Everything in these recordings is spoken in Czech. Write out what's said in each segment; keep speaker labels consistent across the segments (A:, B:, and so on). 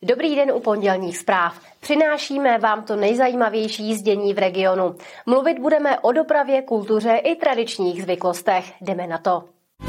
A: Dobrý den u pondělních zpráv. Přinášíme vám to nejzajímavější z dění v regionu. Mluvit budeme o dopravě, kultuře i tradičních zvyklostech. Jdeme na to.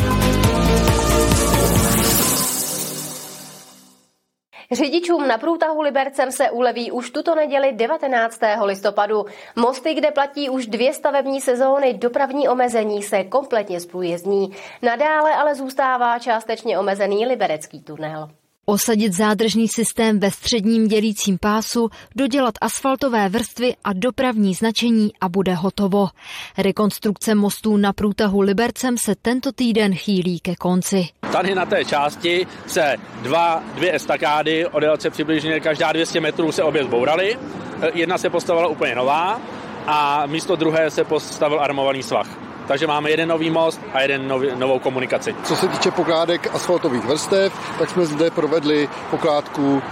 A: Řidičům na průtahu Libercem se uleví už tuto neděli 19. listopadu. Mosty, kde platí už 2 stavební sezóny, dopravní omezení se kompletně zprůjezdní. Nadále ale zůstává částečně omezený liberecký tunel.
B: Osadit zádržný systém ve středním dělícím pásu, dodělat asfaltové vrstvy a dopravní značení a bude hotovo. Rekonstrukce mostů na průtahu Libercem se tento týden chýlí ke konci.
C: Tady na té části se dvě estakády o délce přibližně každá 200 metrů se obě zbouraly. Jedna se postavila úplně nová a místo druhé se postavil armovaný svah. Takže máme jeden nový most a novou komunikaci.
D: Co se týče pokládek asfaltových vrstev, tak jsme zde provedli pokládku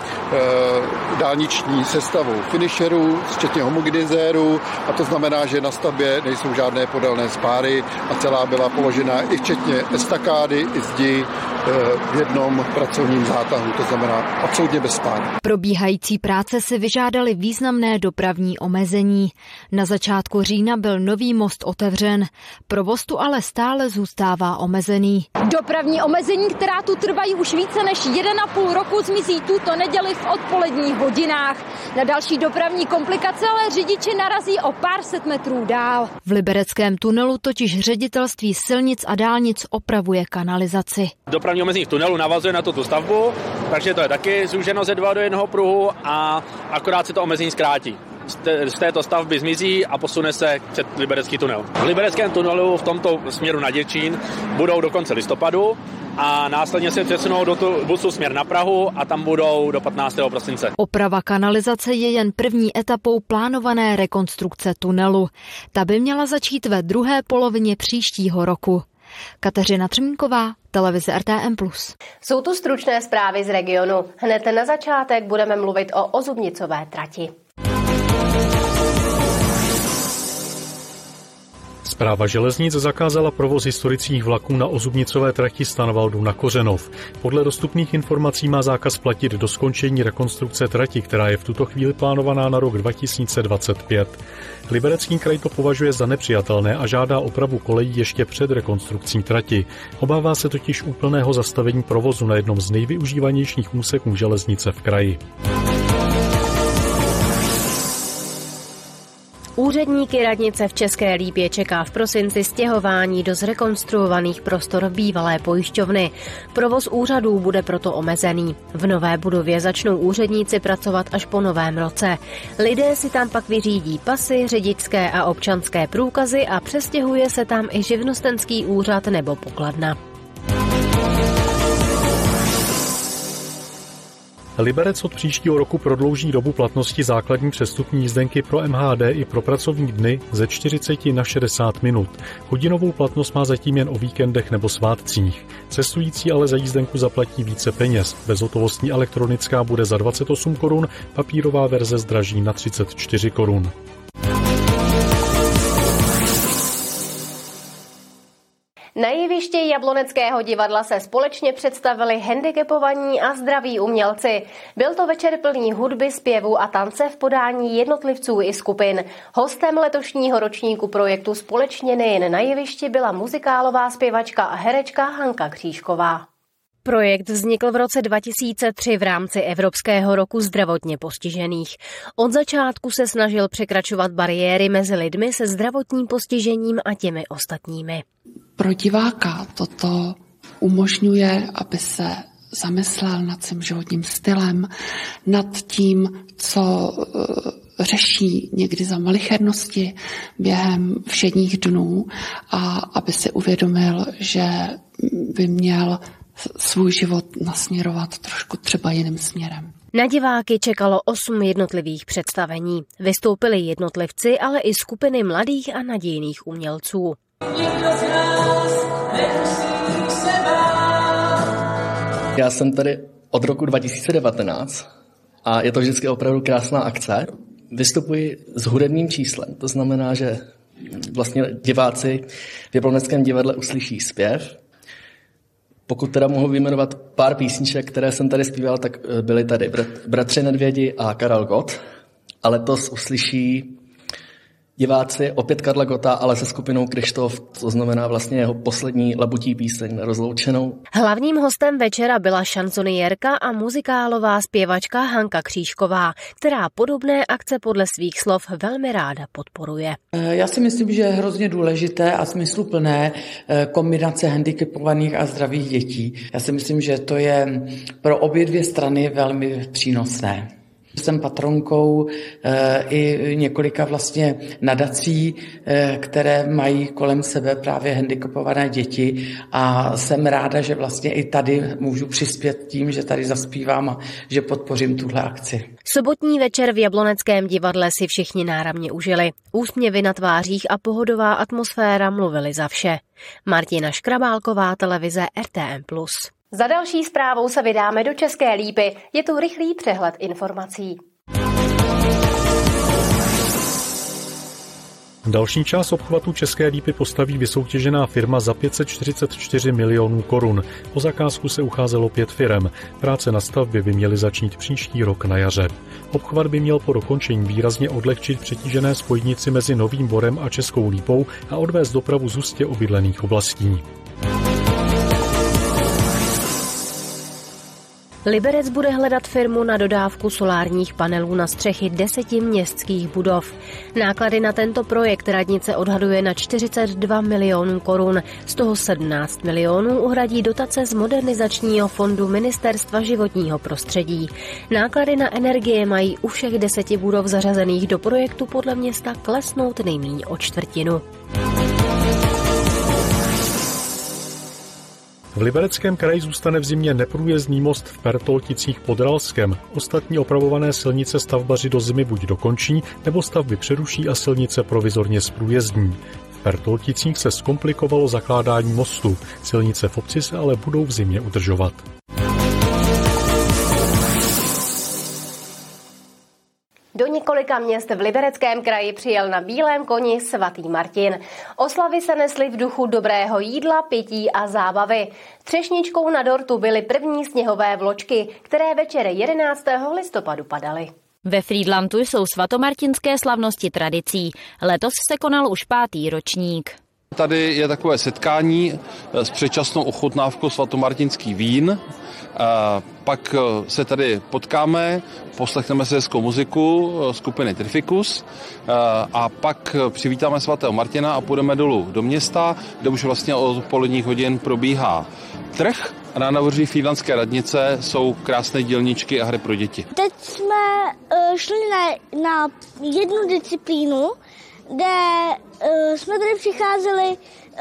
D: dálniční sestavou finisherů, včetně homogenizérů, a to znamená, že na stavbě nejsou žádné podélné spáry a celá byla položena i včetně estakády i zdi v jednom pracovním zátahu, to znamená absolutně bez spárů.
B: Probíhající práce si vyžádaly významné dopravní omezení. Na začátku října byl nový most otevřen. Provoz tu ale stále zůstává omezený.
E: Dopravní omezení, která tu trvají už více než 1,5 roku, zmizí tuto neděli v odpoledních hodinách. Na další dopravní komplikace ale řidiči narazí o pár set metrů dál.
B: V libereckém tunelu totiž ředitelství silnic a dálnic opravuje kanalizaci.
C: Dopravní omezení v tunelu navazuje na tu stavbu, takže to je taky zúženo ze 2 do 1 pruhu a akorát se to omezení zkrátí. Z této stavby zmizí a posune se před liberecký tunel. V libereckém tunelu v tomto směru na Děčín budou do konce listopadu a následně se přesunou do busu směr na Prahu a tam budou do 15. prosince.
B: Oprava kanalizace je jen první etapou plánované rekonstrukce tunelu. Ta by měla začít ve druhé polovině příštího roku. Kateřina Třmínková, televize RTM+.
A: Jsou tu stručné zprávy z regionu. Hned na začátek budeme mluvit o Ozubnicové trati.
F: Správa železnic zakázala provoz historických vlaků na Ozubnicové trati Stanvaldu na Kořenov. Podle dostupných informací má zákaz platit do skončení rekonstrukce trati, která je v tuto chvíli plánovaná na rok 2025. Liberecký kraj to považuje za nepřijatelné a žádá opravu kolejí ještě před rekonstrukcí trati. Obává se totiž úplného zastavení provozu na jednom z nejvyužívanějších úseků železnice v kraji.
A: Úředníky radnice v České Lípě čeká v prosinci stěhování do zrekonstruovaných prostor bývalé pojišťovny. Provoz úřadů bude proto omezený. V nové budově začnou úředníci pracovat až po novém roce. Lidé si tam pak vyřídí pasy, řidičské a občanské průkazy a přestěhuje se tam i živnostenský úřad nebo pokladna.
F: Liberec od příštího roku prodlouží dobu platnosti základní přestupní jízdenky pro MHD i pro pracovní dny ze 40 na 60 minut. Hodinovou platnost má zatím jen o víkendech nebo svátcích. Cestující ale za jízdenku zaplatí více peněz. Bezhotovostní elektronická bude za 28 korun, papírová verze zdraží na 34 korun.
A: Na jevišti Jabloneckého divadla se společně představili handicapovaní a zdraví umělci. Byl to večer plný hudby, zpěvu a tance v podání jednotlivců i skupin. Hostem letošního ročníku projektu Společně nejen na jevišti byla muzikálová zpěvačka a herečka Hanka Křížková. Projekt vznikl v roce 2003 v rámci Evropského roku zdravotně postižených. Od začátku se snažil překračovat bariéry mezi lidmi se zdravotním postižením a těmi ostatními.
G: Pro diváka toto umožňuje, aby se zamyslel nad svým životním stylem, nad tím, co řeší někdy za malichernosti během všedních dnů, a aby si uvědomil, že by měl svůj život nasměrovat trošku třeba jiným směrem.
A: Na diváky čekalo 8 jednotlivých představení. Vystoupili jednotlivci, ale i skupiny mladých a nadějných umělců.
H: Já jsem tady od roku 2019 a je to vždycky opravdu krásná akce. Vystupuji s hudebním číslem, to znamená, že vlastně diváci v Jabloneckém divadle uslyší zpěv, Pokud teda mohu vyjmenovat pár písniček, které jsem tady zpíval, tak byly tady Bratři Nedvědi a Karel Gott. A letos uslyší diváci opět Karla Gotta, ale se skupinou Kryštof, to znamená vlastně jeho poslední labutí píseň Rozloučenou.
A: Hlavním hostem večera byla šanzonierka a muzikálová zpěvačka Hanka Křížková, která podobné akce podle svých slov velmi ráda podporuje.
I: Já si myslím, že je hrozně důležité a smysluplné kombinace handicapovaných a zdravých dětí. Já si myslím, že to je pro obě dvě strany velmi přínosné. Jsem patronkou i několika vlastně nadací, které mají kolem sebe právě handicapované děti a jsem ráda, že vlastně i tady můžu přispět tím, že tady zaspívám a že podpořím tuhle akci.
A: Sobotní večer v Jabloneckém divadle si všichni náramně užili. Úsměvy na tvářích a pohodová atmosféra mluvily za vše. Martina Škrabálková, televize RTM+. Za další zprávou se vydáme do České Lípy. Je tu rychlý přehled informací.
F: Další část obchvatu České Lípy postaví vysoutěžená firma za 544 milionů korun. O zakázku se ucházelo 5 firem. Práce na stavbě by měly začít příští rok na jaře. Obchvat by měl po dokončení výrazně odlehčit přetížené spojnici mezi Novým Borem a Českou Lípou a odvést dopravu z hustě obydlených oblastí.
A: Liberec bude hledat firmu na dodávku solárních panelů na střechy 10 městských budov. Náklady na tento projekt radnice odhaduje na 42 milionů korun, z toho 17 milionů uhradí dotace z modernizačního fondu Ministerstva životního prostředí. Náklady na energie mají u všech 10 budov zařazených do projektu podle města klesnout nejméně o čtvrtinu.
F: V Libereckém kraji zůstane v zimě neprůjezdný most v Pertolticích pod Ralskem. Ostatní opravované silnice stavbaři do zimy buď dokončí, nebo stavby přeruší a silnice provizorně zprůjezdní. V Pertolticích se zkomplikovalo zakládání mostu. Silnice v obci se ale budou v zimě udržovat.
A: Do několika měst v Libereckém kraji přijel na bílém koni svatý Martin. Oslavy se nesly v duchu dobrého jídla, pití a zábavy. Třešničkou na dortu byly první sněhové vločky, které večer 11. listopadu padaly.
E: Ve Frýdlantu jsou svatomartinské slavnosti tradicí. Letos se konal už 5. ročník.
J: Tady je takové setkání s předčasnou ochutnávkou svatomartinských vín. Pak se tady potkáme, poslechneme si hezkou muziku skupiny Trificus a pak přivítáme svatého Martina a půjdeme dolů do města, kde už vlastně od poledních hodin probíhá trh. A na nádvoří Frýdlantské radnice jsou krásné dílničky a hry pro děti.
K: Teď jsme šli na jednu disciplínu, kde jsme tady přicházeli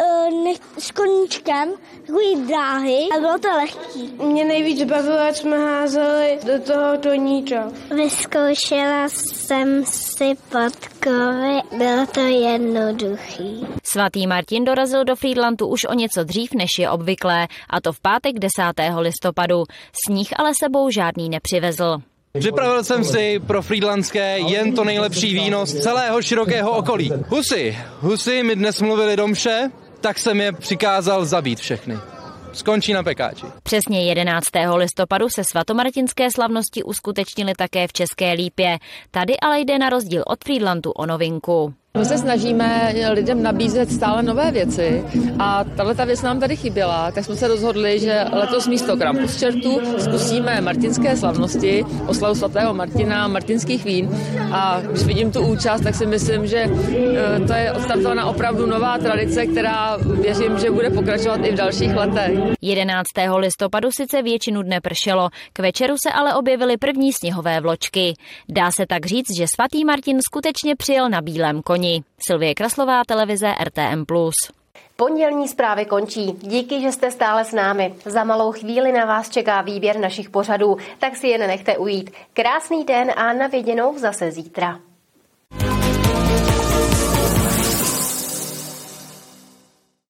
K: s koníčkem, takový dráhy a bylo to lehký.
L: Mě nejvíc bavilo, jak jsme házeli do toho koníčka.
K: Vyzkoušela jsem si podkovy, bylo to jednoduchý.
E: Svatý Martin dorazil do Frýdlantu už o něco dřív, než je obvyklé, a to v pátek 10. listopadu. Sníh ale sebou žádný nepřivezl.
M: Připravil jsem si pro frýdlantské jen to nejlepší víno z celého širokého okolí. Husy mi dnes mluvili do mše, tak jsem je přikázal zabít všechny. Skončí na pekáči.
E: Přesně 11. listopadu se svatomartinské slavnosti uskutečnily také v České Lípě. Tady ale jde na rozdíl od Frýdlantu o novinku.
N: My se snažíme lidem nabízet stále nové věci a tato věc nám tady chyběla, tak jsme se rozhodli, že letos místo Krampus čertů zkusíme martinské slavnosti, oslavu svatého Martina, martinských vín, a když vidím tu účast, tak si myslím, že to je odstartovaná opravdu nová tradice, která věřím, že bude pokračovat i v dalších letech.
E: 11. listopadu sice většinu dne pršelo, k večeru se ale objevily první sněhové vločky. Dá se tak říct, že svatý Martin skutečně přijel na bílém koni. Sylvie Kraslová, televize RTM+.
A: Pondělní zprávy končí. Díky, že jste stále s námi. Za malou chvíli na vás čeká výběr našich pořadů, tak si je nenechte ujít. Krásný den a na viděnou zase zítra.